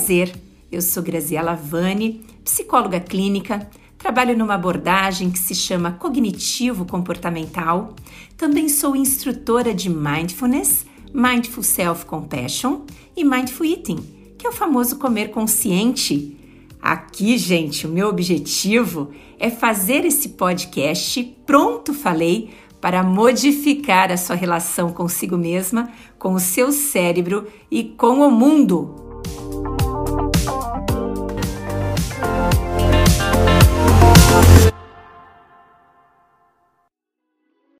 prazer. Eu sou Graziela Vani, psicóloga clínica, trabalho numa abordagem que se chama cognitivo-comportamental. Também sou instrutora de Mindfulness, Mindful Self-Compassion e Mindful Eating, que é o famoso comer consciente. Aqui, gente, o meu objetivo é fazer esse podcast, pronto falei, para modificar a sua relação consigo mesma, com o seu cérebro e com o mundo.